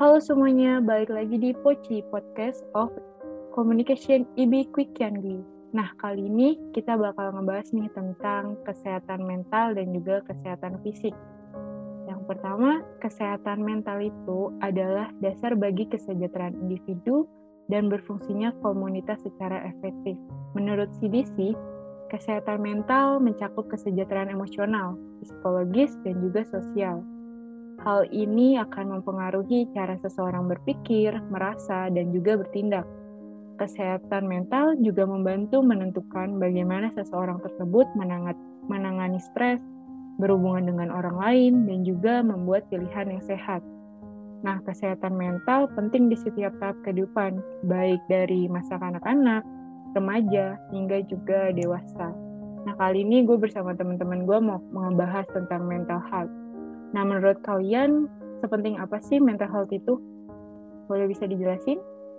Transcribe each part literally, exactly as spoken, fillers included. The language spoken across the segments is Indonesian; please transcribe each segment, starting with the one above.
Halo semuanya, balik lagi di Poci, Podcast of Communication I B Quick Candy. Nah, kali ini kita bakal ngebahas nih tentang kesehatan mental dan juga kesehatan fisik. Yang pertama, kesehatan mental itu adalah dasar bagi kesejahteraan individu dan berfungsinya komunitas secara efektif. Menurut C D C, kesehatan mental mencakup kesejahteraan emosional, psikologis, dan juga sosial. Hal ini akan mempengaruhi cara seseorang berpikir, merasa, dan juga bertindak. Kesehatan mental juga membantu menentukan bagaimana seseorang tersebut menangani stres, berhubungan dengan orang lain, dan juga membuat pilihan yang sehat. Nah, kesehatan mental penting di setiap tahap kehidupan, baik dari masa kanak-kanak, remaja, hingga juga dewasa. Nah, kali ini gue bersama teman-teman gue mau membahas tentang mental health. Nah, menurut kalian, sepenting apa sih mental health itu? Boleh bisa dijelasin?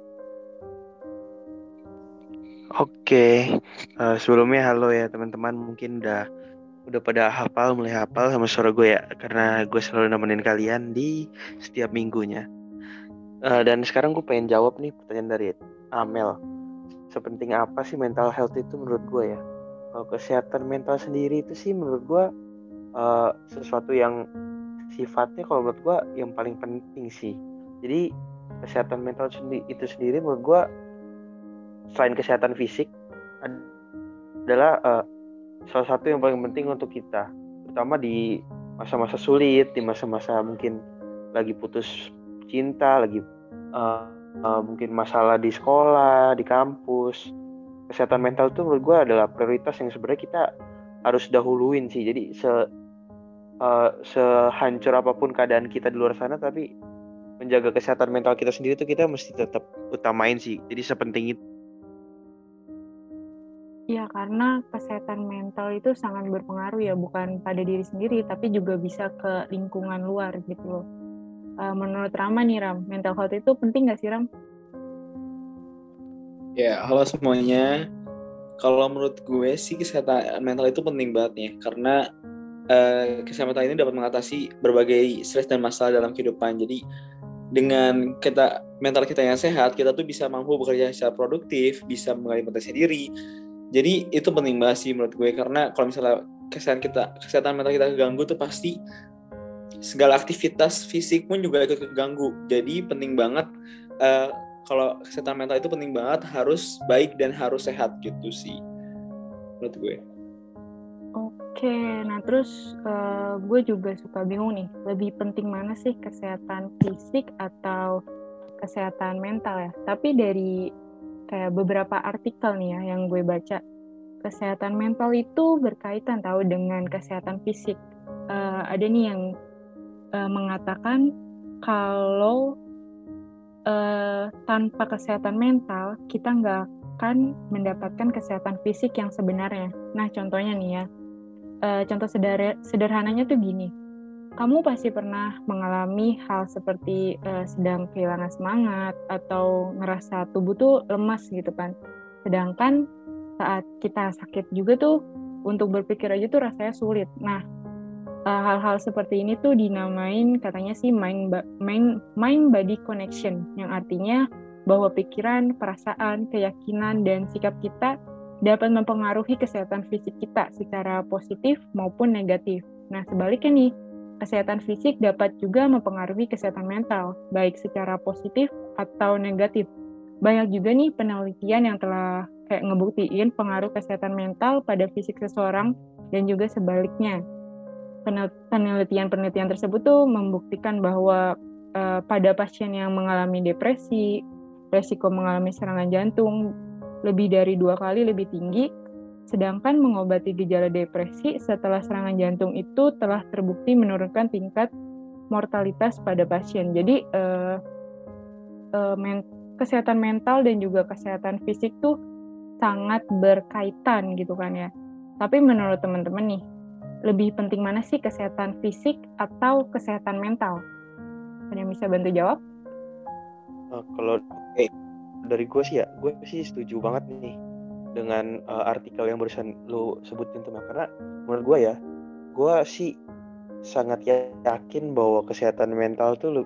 Oke, uh, sebelumnya halo ya teman-teman. Mungkin udah udah pada hafal, mulai hafal sama suara gue ya, karena gue selalu nemenin kalian di setiap minggunya. Uh, dan sekarang gue pengen jawab nih pertanyaan dari Amel. Sepenting apa sih mental health itu menurut gue ya? Kalau kesehatan mental sendiri itu sih menurut gue uh, sesuatu yang sifatnya kalau menurut gue yang paling penting sih. Jadi kesehatan mental itu sendiri menurut gue selain kesehatan fisik adalah uh, salah satu yang paling penting untuk kita, terutama di masa-masa sulit, di masa-masa mungkin lagi putus cinta, lagi uh, uh, mungkin masalah di sekolah, di kampus. Kesehatan mental itu menurut gue adalah prioritas yang sebenarnya kita harus dahuluin sih. Jadi se uh, sehancur apapun keadaan kita di luar sana, tapi menjaga kesehatan mental kita sendiri itu kita mesti tetap utamain sih. Jadi sepenting itu. Ya, karena kesehatan mental itu sangat berpengaruh ya, bukan pada diri sendiri, tapi juga bisa ke lingkungan luar gitu loh. Uh, menurut Rama nih, Ram, mental health itu penting nggak sih, Ram? Ya, halo semuanya. Kalau menurut gue sih kesehatan mental itu penting banget ya, karena uh, kesehatan mental ini dapat mengatasi berbagai stres dan masalah dalam kehidupan. Jadi dengan kita mental kita yang sehat, kita tuh bisa mampu bekerja secara produktif, bisa mengalihkan diri. Jadi itu penting banget sih menurut gue, karena kalau misalnya kesehatan kita, kesehatan mental kita keganggu tuh pasti segala aktivitas fisik pun juga ikut keganggu. Jadi penting banget uh, kalau kesehatan mental itu penting banget, harus baik dan harus sehat gitu sih menurut gue. Oke, nah terus uh, gue juga suka bingung nih, lebih penting mana sih kesehatan fisik atau kesehatan mental ya? Tapi dari kayak beberapa artikel nih ya yang gue baca, kesehatan mental itu berkaitan tahu dengan kesehatan fisik. Uh, ada nih yang uh, mengatakan kalau uh, tanpa kesehatan mental kita nggak akan mendapatkan kesehatan fisik yang sebenarnya. Nah, contohnya nih ya, uh, contoh seder- sederhananya tuh gini. Kamu pasti pernah mengalami hal seperti uh, sedang kehilangan semangat atau ngerasa tubuh tuh lemas gitu kan. Sedangkan saat kita sakit juga tuh untuk berpikir aja tuh rasanya sulit. Nah, uh, hal-hal seperti ini tuh dinamain katanya sih mind, mind, mind body connection, yang artinya bahwa pikiran, perasaan, keyakinan, dan sikap kita dapat mempengaruhi kesehatan fisik kita secara positif maupun negatif. Nah, sebaliknya nih, kesehatan fisik dapat juga mempengaruhi kesehatan mental, baik secara positif atau negatif. Banyak juga nih penelitian yang telah kayak ngebuktiin pengaruh kesehatan mental pada fisik seseorang dan juga sebaliknya. Penelitian-penelitian tersebut tuh membuktikan bahwa uh, pada pasien yang mengalami depresi, resiko mengalami serangan jantung lebih dari dua kali lebih tinggi. Sedangkan mengobati gejala depresi setelah serangan jantung itu telah terbukti menurunkan tingkat mortalitas pada pasien. Jadi eh, eh, men- kesehatan mental dan juga kesehatan fisik tuh sangat berkaitan gitu kan ya. Tapi menurut teman-teman nih, lebih penting mana sih kesehatan fisik atau kesehatan mental? Ada yang bisa bantu jawab? Nah, kalau eh, dari gue sih ya, gue sih setuju banget nih dengan uh, artikel yang barusan lo sebutin tuh, karena menurut gue ya, gue sih sangat yakin bahwa kesehatan mental tuh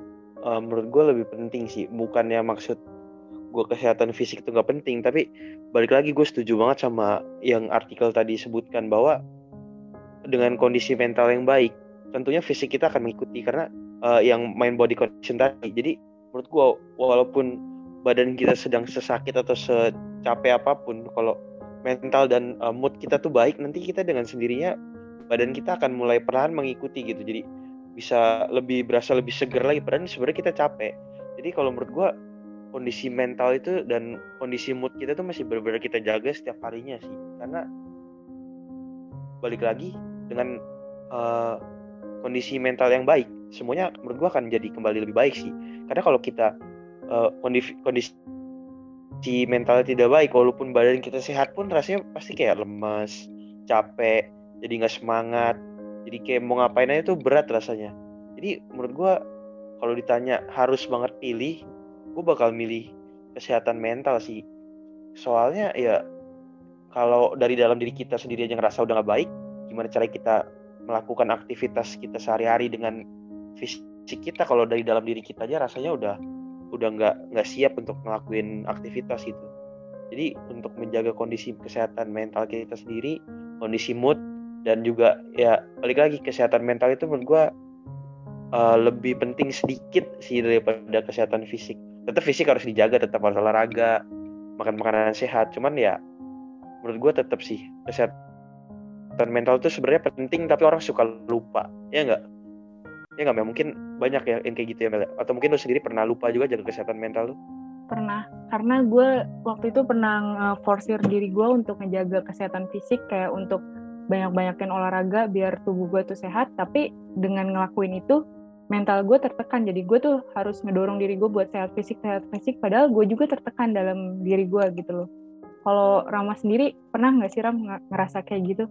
uh, menurut gue lebih penting sih. Bukannya maksud gue kesehatan fisik itu nggak penting, tapi balik lagi gue setuju banget sama yang artikel tadi sebutkan bahwa dengan kondisi mental yang baik tentunya fisik kita akan mengikuti, karena uh, yang main body condition tadi. Jadi menurut gue walaupun badan kita sedang sesakit atau secapek apapun, kalau mental dan uh, mood kita tuh baik, nanti kita dengan sendirinya badan kita akan mulai perlahan mengikuti gitu. Jadi bisa lebih berasa lebih seger lagi, padahal sebenarnya kita capek. Jadi kalau menurut gue kondisi mental itu dan kondisi mood kita tuh masih benar-benar kita jaga setiap harinya sih, karena balik lagi dengan uh, kondisi mental yang baik semuanya menurut gua akan jadi kembali lebih baik sih. Karena kalau kita uh, kondisi kondisi mentalnya tidak baik, walaupun badan kita sehat pun rasanya pasti kayak lemas, capek, jadi nggak semangat, jadi kayak mau ngapain aja tuh berat rasanya. Jadi menurut gua kalau ditanya harus banget pilih, gue bakal milih kesehatan mental sih. Soalnya ya kalau dari dalam diri kita sendiri aja ngerasa udah gak baik, gimana cara kita melakukan aktivitas kita sehari-hari dengan fisik kita kalau dari dalam diri kita aja rasanya udah udah nggak nggak siap untuk ngelakuin aktivitas itu. Jadi untuk menjaga kondisi kesehatan mental kita sendiri, kondisi mood, dan juga ya balik lagi kesehatan mental itu menurut gue uh, lebih penting sedikit sih daripada kesehatan fisik. Tetap fisik harus dijaga, tetap harus olahraga, makan makanan sehat. Cuman ya menurut gue tetap sih kesehatan mental itu sebenarnya penting, tapi orang suka lupa, ya nggak? Ya nggak, Mel? Mungkin banyak ya yang kayak gitu ya, Mel. Atau mungkin lu sendiri pernah lupa juga jaga kesehatan mental lu? Pernah, karena gue waktu itu pernah nge-forsir diri gue untuk ngejaga kesehatan fisik, kayak untuk banyak-banyakin olahraga biar tubuh gue tuh sehat, tapi dengan ngelakuin itu mental gue tertekan, jadi gue tuh harus ngedorong diri gue buat sehat fisik, sehat fisik, padahal gue juga tertekan dalam diri gue gitu loh. Kalau Rama sendiri pernah nggak sih Ram ngerasa kayak gitu?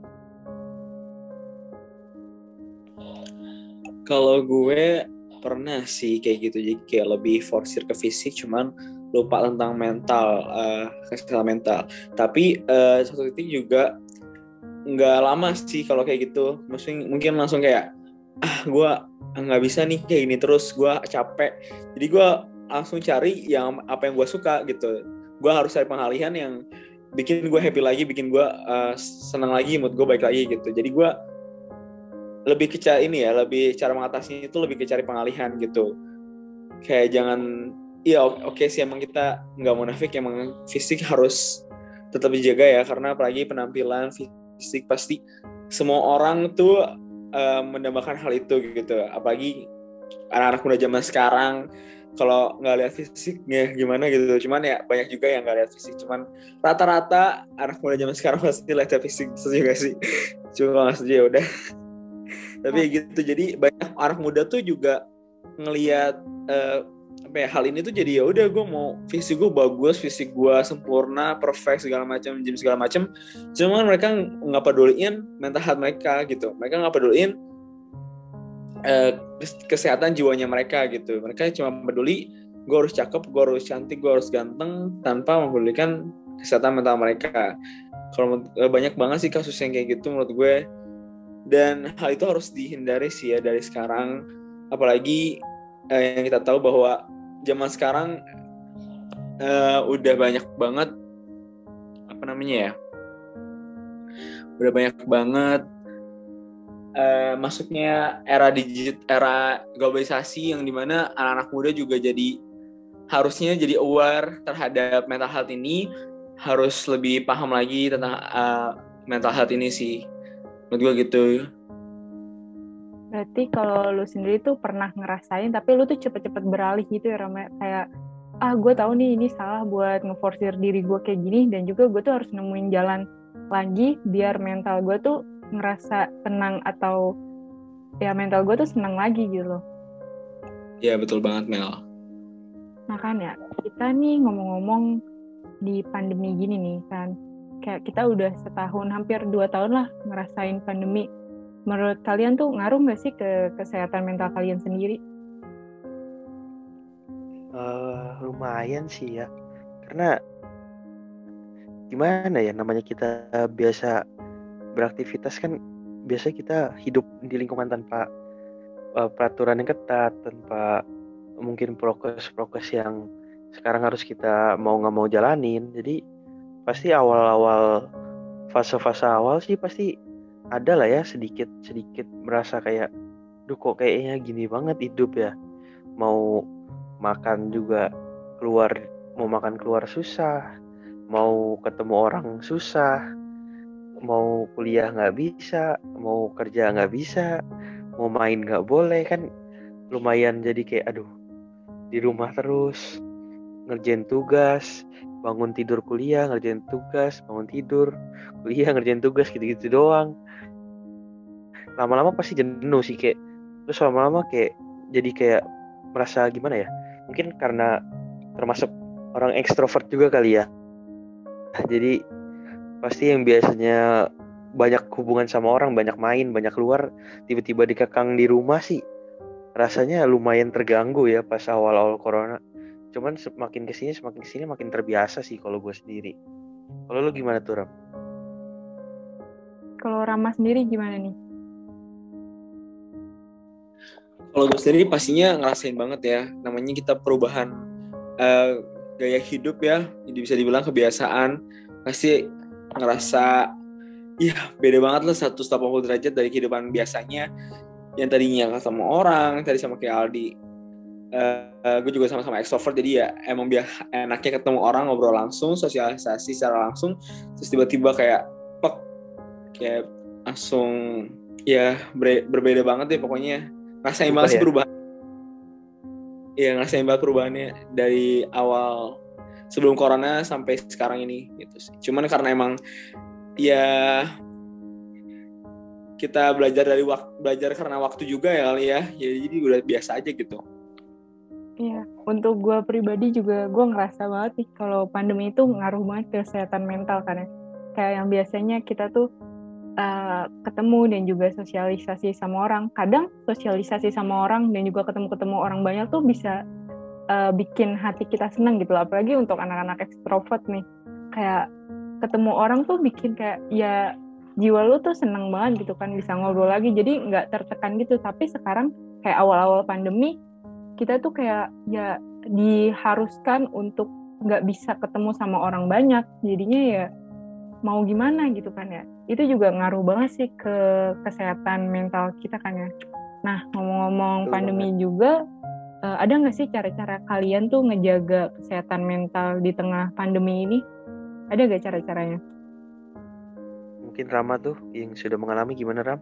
Kalau gue pernah sih kayak gitu, jadi kayak lebih forsir ke fisik, cuman lupa tentang mental, uh, kesehatan mental. Tapi uh, satu titik juga nggak lama sih kalau kayak gitu, maksudnya mungkin langsung kayak ah gue nggak bisa nih kayak gini terus, gue capek, jadi gue langsung cari yang apa yang gue suka gitu. Gue harus cari pengalihan yang bikin gue happy lagi, bikin gue uh, senang lagi, mood gue baik lagi gitu. Jadi gue lebih ke cara ini ya, lebih cara mengatasi itu lebih ke cari pengalihan gitu. Kayak jangan, iya oke okay sih emang kita nggak munafik, emang fisik harus tetap dijaga ya, karena apalagi penampilan fisik pasti semua orang tuh uh, mendambakan hal itu gitu. Apalagi anak-anak muda zaman sekarang kalau nggak lihat fisiknya gimana gitu. Cuman ya banyak juga yang nggak lihat fisik. Cuman rata-rata anak muda zaman sekarang pasti lihat fisik, setuju gak sih? Cuma nggak setuju ya udah. Tapi oh. gitu, jadi banyak anak muda tuh juga ngelihat uh, apa ya, hal ini tuh jadi ya udah gue mau fisik gue bagus, fisik gue sempurna, perfect segala macam, gym segala macam. Cuman mereka nggak peduliin mental health mereka gitu. Mereka nggak peduliin uh, kesehatan jiwanya mereka gitu. Mereka cuma peduli gue harus cakep, gue harus cantik, gue harus ganteng, tanpa mempedulikan kesehatan mental mereka. Kalau uh, banyak banget sih kasus yang kayak gitu menurut gue. Dan hal itu harus dihindari sih ya dari sekarang. Apalagi eh, yang kita tahu bahwa zaman sekarang eh, udah banyak banget apa namanya ya, udah banyak banget eh, masuknya era digit, era globalisasi yang dimana anak-anak muda juga jadi harusnya jadi aware terhadap mental health ini, harus lebih paham lagi tentang uh, mental health ini sih. Menurut gue gitu. Berarti kalau lu sendiri tuh pernah ngerasain, tapi lu tuh cepet-cepet beralih gitu ya Rama, kayak ah gue tahu nih ini salah buat ngeforsir diri gue kayak gini, dan juga gue tuh harus nemuin jalan lagi biar mental gue tuh ngerasa tenang, atau ya mental gue tuh senang lagi gitu loh. Ya betul banget Mel. Makanya kita nih ngomong-ngomong di pandemi gini nih kan, kayak kita udah setahun, hampir dua tahun lah ngerasain pandemi. Menurut kalian tuh ngaruh nggak sih ke kesehatan mental kalian sendiri? Uh, lumayan sih ya, karena gimana ya, namanya kita biasa beraktivitas kan, biasa kita hidup di lingkungan tanpa uh, peraturan yang ketat, tanpa mungkin prokes-prokes yang sekarang harus kita mau nggak mau jalanin. Jadi pasti awal-awal fase-fase awal sih pasti ada lah ya sedikit-sedikit merasa kayak, duh kok kayaknya gini banget hidup ya. Mau makan juga keluar, mau makan keluar susah, mau ketemu orang susah, mau kuliah nggak bisa, mau kerja nggak bisa, mau main nggak boleh kan, lumayan jadi kayak aduh di rumah terus ngerjain tugas, bangun tidur kuliah, ngerjain tugas, bangun tidur kuliah, ngerjain tugas, gitu-gitu doang. Lama-lama pasti jenuh sih, kayak terus lama-lama kayak jadi kayak merasa gimana ya, mungkin karena termasuk orang ekstrovert juga kali ya, jadi pasti yang biasanya banyak hubungan sama orang, banyak main, banyak keluar, tiba-tiba dikekang di rumah sih rasanya lumayan terganggu ya pas awal-awal corona. Cuman semakin kesini semakin kesini makin terbiasa sih kalau gue sendiri. Kalau lu gimana tuh, Ram? Kalau Rama sendiri gimana nih? Kalau gue sendiri pastinya ngerasain banget ya, namanya kita perubahan uh, gaya hidup ya, jadi bisa dibilang kebiasaan, pasti ngerasa ya beda banget lah seratus delapan puluh derajat dari kehidupan biasanya yang tadinya ketemu orang, tadi sama kayak Aldi. Uh, uh, gue juga sama-sama extrovert, jadi ya emang biar enaknya ketemu orang, ngobrol langsung, sosialisasi secara langsung, terus tiba-tiba kayak pek, kayak langsung ya ber- berbeda banget deh pokoknya. Ngerasain banget sih perubahan. Iya, ngerasain banget perubahannya dari awal sebelum corona sampai sekarang ini gitu sih. Cuman karena emang ya kita belajar dari waktu, belajar karena waktu juga ya kali ya. Ya jadi udah biasa aja gitu. Iya, untuk gue pribadi juga gue ngerasa banget nih kalau pandemi itu ngaruh banget ke kesehatan mental kan ya. Kayak yang biasanya kita tuh uh, ketemu dan juga sosialisasi sama orang. Kadang sosialisasi sama orang dan juga ketemu-ketemu orang banyak tuh bisa uh, bikin hati kita senang gitu loh. Apalagi untuk anak-anak ekstrovert nih. Kayak ketemu orang tuh bikin kayak ya jiwa lu tuh seneng banget gitu kan, bisa ngobrol lagi. Jadi nggak tertekan gitu. Tapi sekarang kayak awal-awal pandemi kita tuh kayak ya diharuskan untuk nggak bisa ketemu sama orang banyak, jadinya ya mau gimana gitu kan ya, itu juga ngaruh banget sih ke kesehatan mental kita kan ya. Nah ngomong-ngomong Betul pandemi banget. juga, uh, ada nggak sih cara-cara kalian tuh ngejaga kesehatan mental di tengah pandemi ini? Ada nggak cara-caranya? Mungkin Rama tuh yang sudah mengalami, gimana Ram?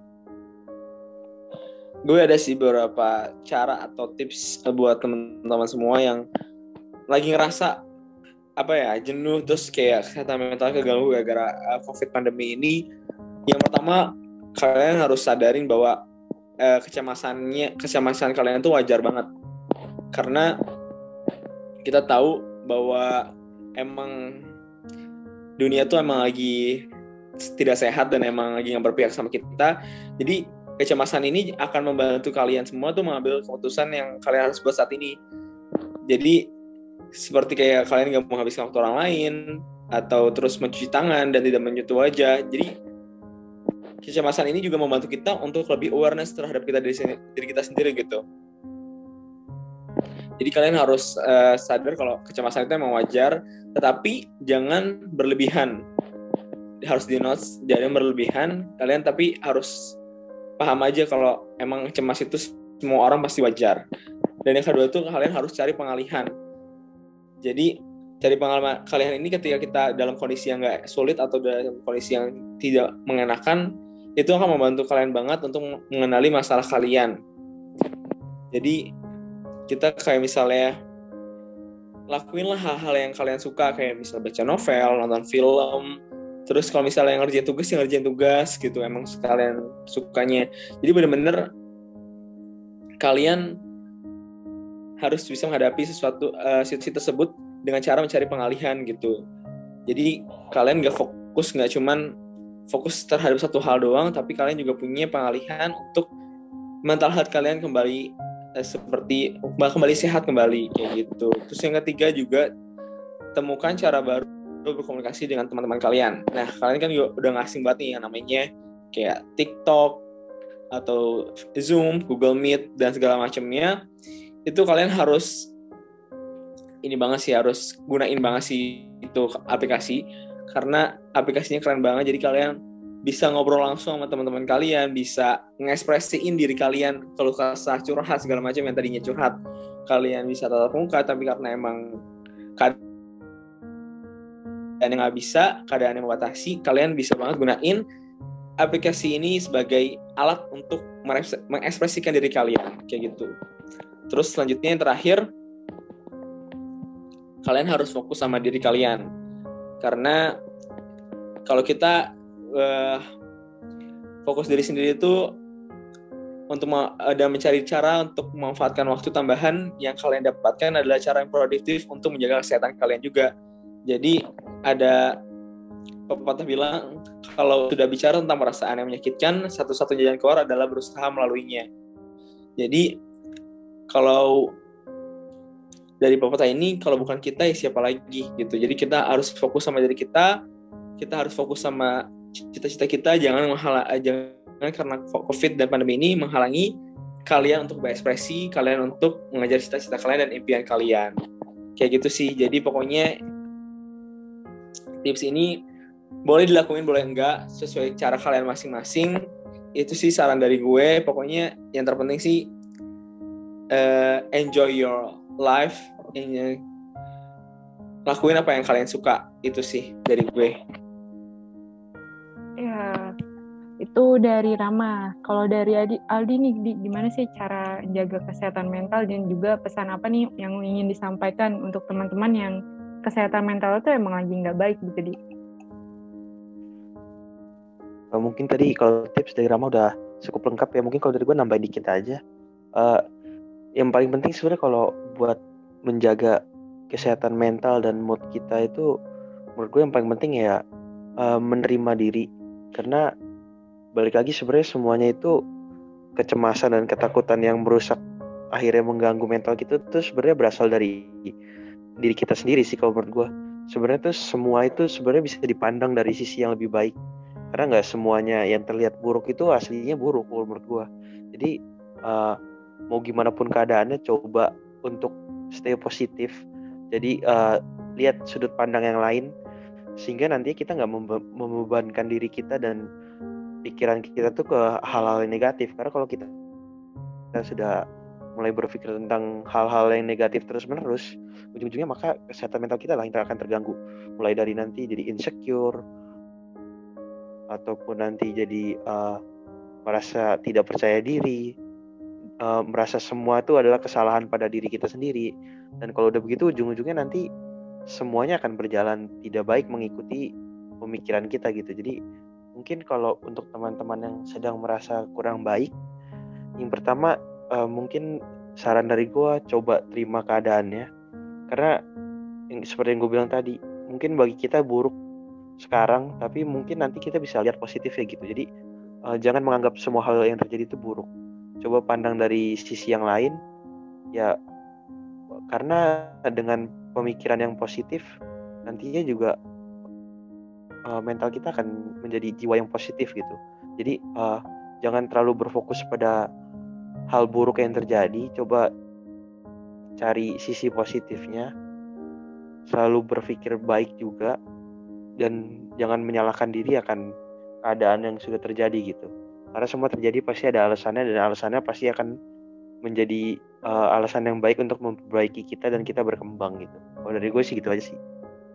Gue ada sih beberapa cara atau tips buat teman-teman semua yang lagi ngerasa apa ya jenuh terus kayak kesehatan mental keganggu gara-gara uh, COVID pandemi ini. Yang pertama, kalian harus sadarin bahwa uh, kecemasannya kecemasan kalian tuh wajar banget, karena kita tahu bahwa emang dunia tuh emang lagi tidak sehat dan emang lagi nggak berpihak sama kita. Jadi kecemasan ini akan membantu kalian semua tuh mengambil keputusan yang kalian harus buat saat ini. Jadi seperti kayak kalian gak mau habiskan waktu orang lain, atau terus mencuci tangan dan tidak menyentuh wajah. Jadi kecemasan ini juga membantu kita untuk lebih awareness terhadap kita diri, diri kita sendiri gitu. Jadi kalian harus uh, sadar kalau kecemasan itu memang wajar, tetapi jangan berlebihan. Harus di notes, jangan berlebihan kalian, tapi harus paham aja kalau emang cemas itu semua orang pasti wajar. Dan yang kedua itu kalian harus cari pengalihan. Jadi cari pengalaman kalian ini ketika kita dalam kondisi yang gak sulit atau dalam kondisi yang tidak mengenakan, itu akan membantu kalian banget untuk mengenali masalah kalian. Jadi kita kayak misalnya lakuinlah hal-hal yang kalian suka, kayak misalnya baca novel, nonton film. Terus kalau misalnya yang ngerjain tugas, yang ngerjain tugas gitu, emang kalian sukanya. Jadi benar-benar kalian harus bisa menghadapi sesuatu uh, situasi tersebut dengan cara mencari pengalihan gitu. Jadi kalian gak fokus, gak cuman fokus terhadap satu hal doang, tapi kalian juga punya pengalihan untuk mental health kalian kembali uh, seperti kembali sehat kembali kayak gitu. Terus yang ketiga juga temukan cara baru berkomunikasi dengan teman-teman kalian. Nah, kalian kan juga udah ngasing banget nih yang namanya kayak TikTok atau Zoom, Google Meet dan segala macamnya. itu kalian harus ini banget sih, harus gunain banget sih itu aplikasi, karena aplikasinya keren banget. Jadi kalian bisa ngobrol langsung sama teman-teman kalian, bisa ngekspresiin diri kalian, keluh kesah, curhat segala macam yang tadinya curhat kalian bisa tatap muka, tapi karena emang keadaan yang nggak bisa, keadaan yang membatasi, kalian bisa banget gunain aplikasi ini sebagai alat untuk mengekspresikan diri kalian kayak gitu. Terus selanjutnya yang terakhir, kalian harus fokus sama diri kalian, karena kalau kita uh, fokus diri sendiri itu untuk ada mencari cara untuk memanfaatkan waktu tambahan yang kalian dapatkan adalah cara yang produktif untuk menjaga kesehatan kalian juga. Jadi ada pepatah bilang, kalau sudah bicara tentang perasaan yang menyakitkan, satu-satunya jalan keluar adalah berusaha melaluinya. Jadi kalau dari pepatah ini, kalau bukan kita ya siapa lagi gitu. Jadi kita harus fokus sama diri kita, kita harus fokus sama cita-cita kita, jangan menghala, jangan karena COVID dan pandemi ini menghalangi kalian untuk berekspresi, kalian untuk mengejar cita-cita kalian dan impian kalian. Kayak gitu sih. Jadi pokoknya tips ini boleh dilakuin, boleh enggak, sesuai cara kalian masing-masing. Itu sih saran dari gue. Pokoknya yang terpenting sih uh, enjoy your life, and lakuin apa yang kalian suka. Itu sih dari gue. Ya, itu dari Rama. Kalau dari Aldi, Aldi nih, di, gimana sih cara jaga kesehatan mental dan juga pesan apa nih yang ingin disampaikan untuk teman-teman yang kesehatan mental itu emang lagi nggak baik gitu, Di? Mungkin tadi kalau tips dari Rama udah cukup lengkap ya. Mungkin kalau dari gue nambahin dikit aja. Uh, yang paling penting sebenarnya kalau buat menjaga kesehatan mental dan mood kita itu, menurut gue yang paling penting ya uh, menerima diri. Karena balik lagi sebenarnya semuanya itu kecemasan dan ketakutan yang merusak, akhirnya mengganggu mental kita itu sebenarnya berasal dari diri kita sendiri sih kalau menurut gue. Sebenarnya tuh semua itu sebenarnya bisa dipandang dari sisi yang lebih baik, karena nggak semuanya yang terlihat buruk itu aslinya buruk kalau menurut gue. Jadi uh, mau gimana pun keadaannya, coba untuk stay positif. Jadi uh, lihat sudut pandang yang lain, sehingga nanti kita nggak membe- membebankan diri kita dan pikiran kita tuh ke hal-hal yang negatif. Karena kalau kita, kita sudah mulai berpikir tentang hal-hal yang negatif terus-menerus, ujung-ujungnya maka kesehatan mental kita lah yang akan terganggu. Mulai dari nanti jadi insecure, ataupun nanti jadi uh, merasa tidak percaya diri, uh, merasa semua itu adalah kesalahan pada diri kita sendiri. Dan kalau udah begitu, ujung-ujungnya nanti semuanya akan berjalan tidak baik mengikuti pemikiran kita gitu. Jadi mungkin kalau untuk teman-teman yang sedang merasa kurang baik, yang pertama uh, mungkin saran dari gue, coba terima keadaannya. Karena yang, seperti yang gue bilang tadi, mungkin bagi kita buruk sekarang, tapi mungkin nanti kita bisa lihat positifnya gitu. Jadi uh, jangan menganggap semua hal yang terjadi itu buruk. Coba pandang dari sisi yang lain ya, karena dengan pemikiran yang positif nantinya juga uh, mental kita akan menjadi jiwa yang positif gitu. Jadi uh, jangan terlalu berfokus pada hal buruk yang terjadi, coba cari sisi positifnya, selalu berpikir baik juga, dan jangan menyalahkan diri akan keadaan yang sudah terjadi gitu. Karena semua terjadi pasti ada alasannya, dan alasannya pasti akan menjadi uh, alasan yang baik untuk memperbaiki kita dan kita berkembang gitu. Kalau dari gue sih gitu aja sih.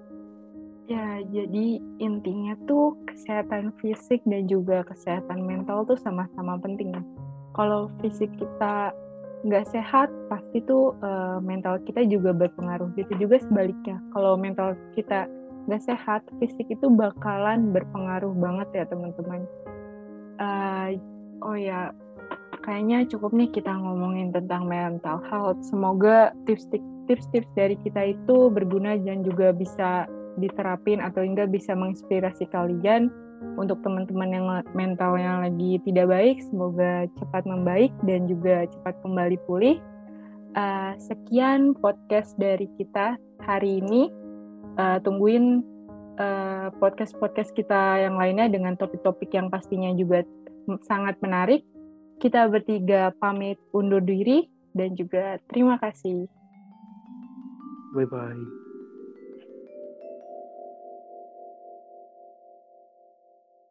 Ya, jadi intinya tuh kesehatan fisik dan juga kesehatan mental tuh sama-sama penting ya. Kalau fisik kita nggak sehat, pasti tuh uh, mental kita juga berpengaruh. Gitu juga sebaliknya. Kalau mental kita nggak sehat, fisik itu bakalan berpengaruh banget ya teman-teman. Uh, oh ya, kayaknya cukup nih kita ngomongin tentang mental health. Semoga tips-tips dari kita itu berguna dan juga bisa diterapin atau enggak bisa menginspirasi kalian. Untuk teman-teman yang mentalnya lagi tidak baik, semoga cepat membaik dan juga cepat kembali pulih. Uh, sekian podcast dari kita hari ini. Uh, tungguin uh, podcast-podcast kita yang lainnya dengan topik-topik yang pastinya juga sangat menarik. Kita bertiga pamit undur diri. dan juga terima kasih. Bye bye.